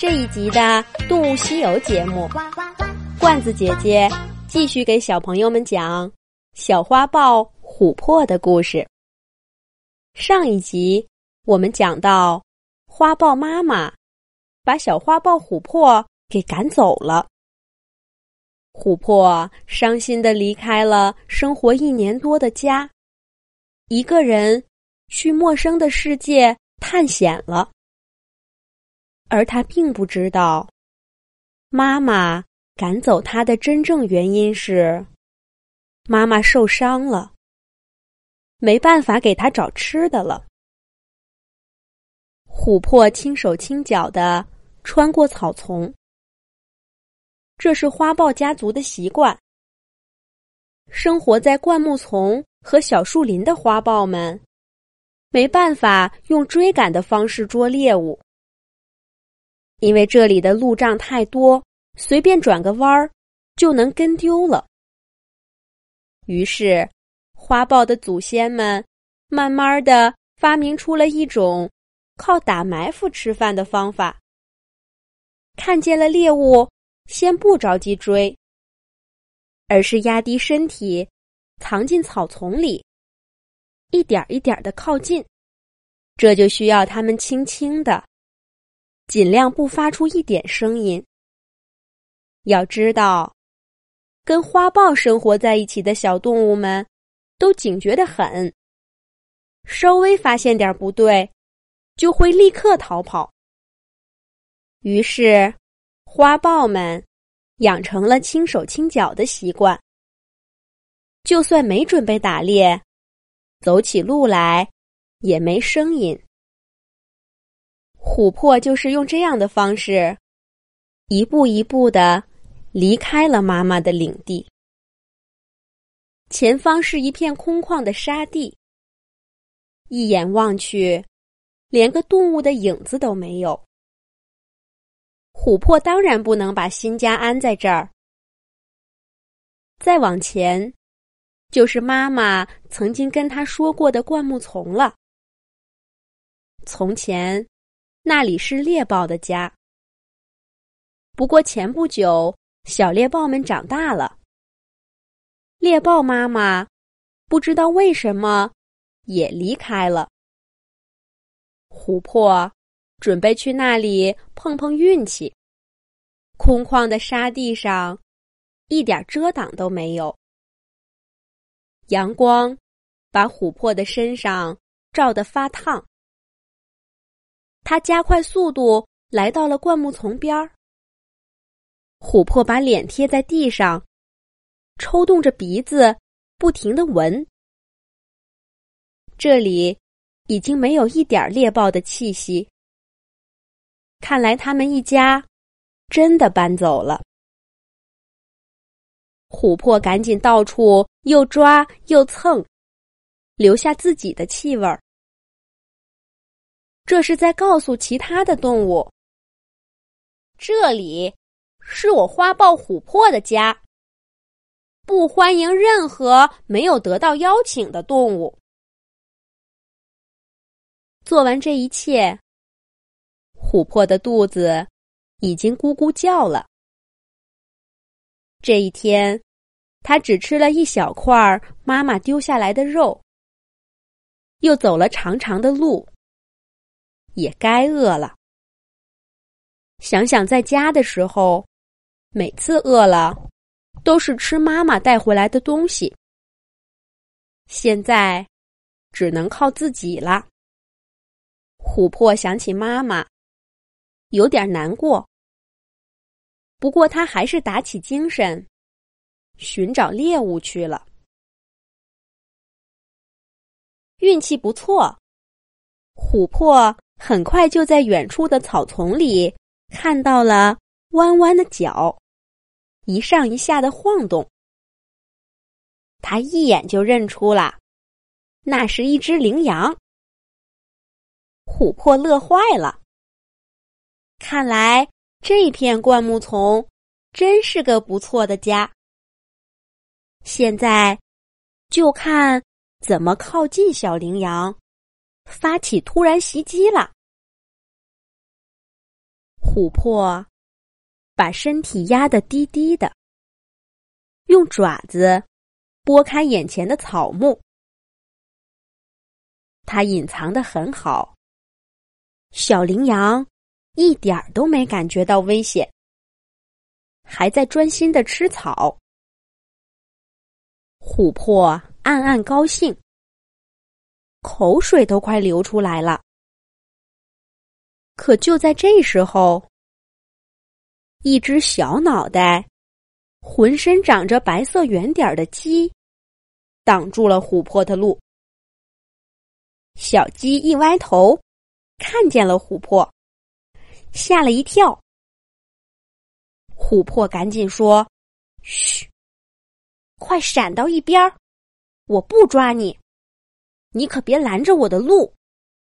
这一集的《动物西游》节目，罐子姐姐继续给小朋友们讲小花豹琥珀的故事。上一集我们讲到，花豹妈妈把小花豹琥珀给赶走了。琥珀伤心地离开了生活1年多的家，一个人去陌生的世界探险了。而他并不知道，妈妈赶走他的真正原因是，妈妈受伤了，没办法给他找吃的了。琥珀轻手轻脚地穿过草丛，这是花豹家族的习惯。生活在灌木丛和小树林的花豹们，没办法用追赶的方式捉猎物，因为这里的路障太多，随便转个弯儿就能跟丢了。于是，花豹的祖先们慢慢地发明出了一种靠打埋伏吃饭的方法。看见了猎物，先不着急追，而是压低身体，藏进草丛里，一点一点地靠近。这就需要它们轻轻地，尽量不发出一点声音。要知道，跟花豹生活在一起的小动物们都警觉得很，稍微发现点不对，就会立刻逃跑。于是，花豹们养成了轻手轻脚的习惯，就算没准备打猎，走起路来也没声音。琥珀就是用这样的方式，一步一步地离开了妈妈的领地。前方是一片空旷的沙地，一眼望去，连个动物的影子都没有。琥珀当然不能把新家安在这儿。再往前，就是妈妈曾经跟他说过的灌木丛了。从前，那里是猎豹的家。不过前不久，小猎豹们长大了，猎豹妈妈不知道为什么也离开了。琥珀准备去那里碰碰运气。空旷的沙地上，一点遮挡都没有。阳光把琥珀的身上照得发烫。他加快速度来到了灌木丛边儿。琥珀把脸贴在地上，抽动着鼻子，不停地闻。这里已经没有一点猎豹的气息。看来他们一家真的搬走了。琥珀赶紧到处又抓又蹭，留下自己的气味儿。这是在告诉其他的动物，这里是我花豹琥珀的家，不欢迎任何没有得到邀请的动物。做完这一切，琥珀的肚子已经咕咕叫了。这一天，他只吃了一小块妈妈丢下来的肉，又走了长长的路，也该饿了。想想在家的时候，每次饿了，都是吃妈妈带回来的东西。现在，只能靠自己了。琥珀想起妈妈，有点难过。不过他还是打起精神，寻找猎物去了。运气不错，琥珀很快就在远处的草丛里看到了弯弯的脚，一上一下的晃动。他一眼就认出了，那是一只羚羊。琥珀乐坏了，看来这片灌木丛真是个不错的家。现在就看怎么靠近小羚羊，发起突然袭击了。 琥珀把身体压得低低的，用爪子拨开眼前的草木。它隐藏得很好，小羚羊一点儿都没感觉到危险，还在专心地吃草。琥珀暗暗高兴，口水都快流出来了。可就在这时候，一只小脑袋、浑身长着白色圆点的鸡挡住了琥珀的路。小鸡一歪头，看见了琥珀，吓了一跳。琥珀赶紧说：“嘘，快闪到一边儿，我不抓你，你可别拦着我的路。”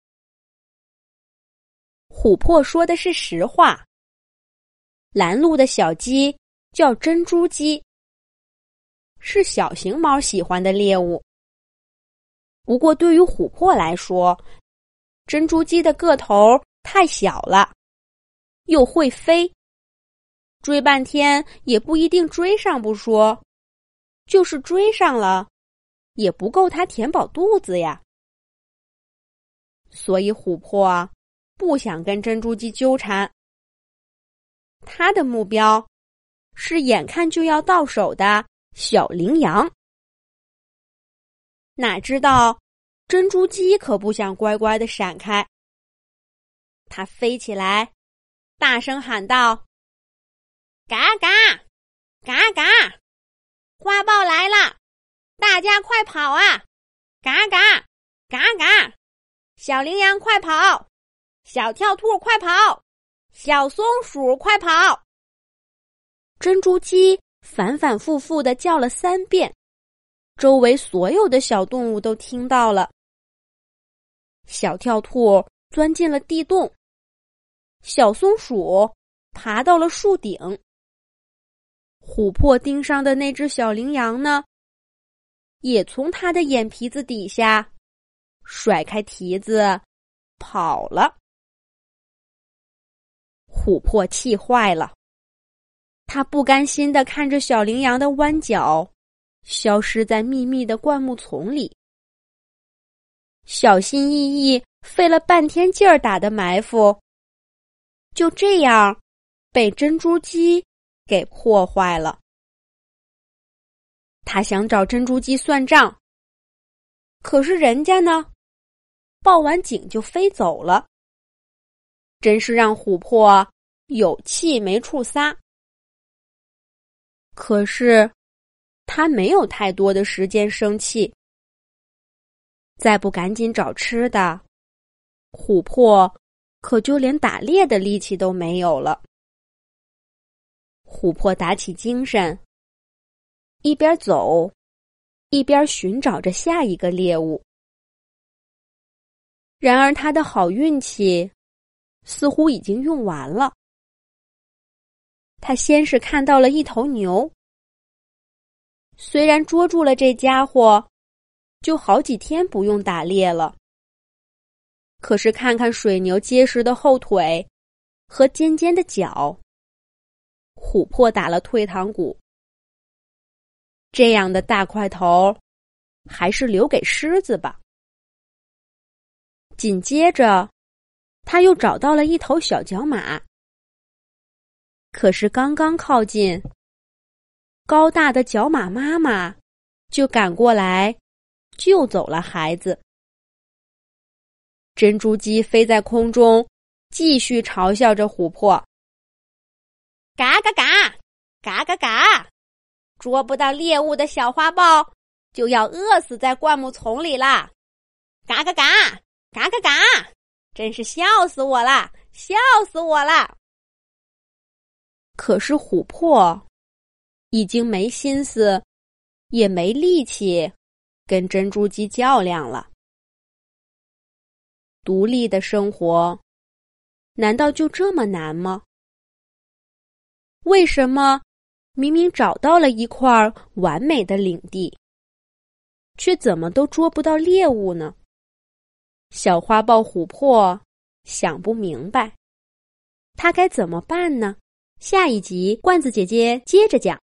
琥珀说的是实话。拦路的小鸡叫珍珠鸡，是小型猫喜欢的猎物。不过对于琥珀来说，珍珠鸡的个头太小了，又会飞，追半天也不一定追上不说，就是追上了，也不够它填饱肚子呀。所以琥珀不想跟珍珠鸡纠缠，他的目标是眼看就要到手的小羚羊。哪知道珍珠鸡可不想乖乖地闪开，它飞起来，大声喊道：“嘎嘎，嘎嘎，花豹来了，大家快跑啊！嘎嘎，嘎嘎，小羚羊快跑，小跳兔快跑，小松鼠快跑！”珍珠鸡反反复复地叫了3遍，周围所有的小动物都听到了。小跳兔钻进了地洞，小松鼠爬到了树顶，琥珀盯上的那只小羚羊呢，也从它的眼皮子底下甩开蹄子跑了。琥珀气坏了，他不甘心地看着小羚羊的弯角消失在密密的灌木丛里，小心翼翼费了半天劲儿打的埋伏，就这样被珍珠鸡给破坏了。他想找珍珠鸡算账，可是人家呢，报完警就飞走了，真是让琥珀有气没处撒。可是他没有太多的时间生气，再不赶紧找吃的，琥珀可就连打猎的力气都没有了。琥珀打起精神，一边走一边寻找着下一个猎物。然而他的好运气似乎已经用完了。他先是看到了一头牛，虽然捉住了这家伙，就好几天不用打猎了。可是看看水牛结实的后腿和尖尖的角，琥珀打了退堂鼓。这样的大块头，还是留给狮子吧。紧接着，他又找到了一头小角马。可是刚刚靠近，高大的角马妈妈就赶过来救走了孩子。珍珠鸡飞在空中，继续嘲笑着琥珀：“嘎嘎嘎，嘎嘎嘎！捉不到猎物的小花豹就要饿死在灌木丛里啦！嘎嘎嘎，嘎嘎嘎！真是笑死我了，笑死我了！”可是琥珀已经没心思，也没力气跟珍珠鸡较量了。独立的生活，难道就这么难吗？为什么明明找到了一块完美的领地，却怎么都捉不到猎物呢？小花豹琥珀想不明白， 它该怎么办呢？下一集罐子姐姐接着讲。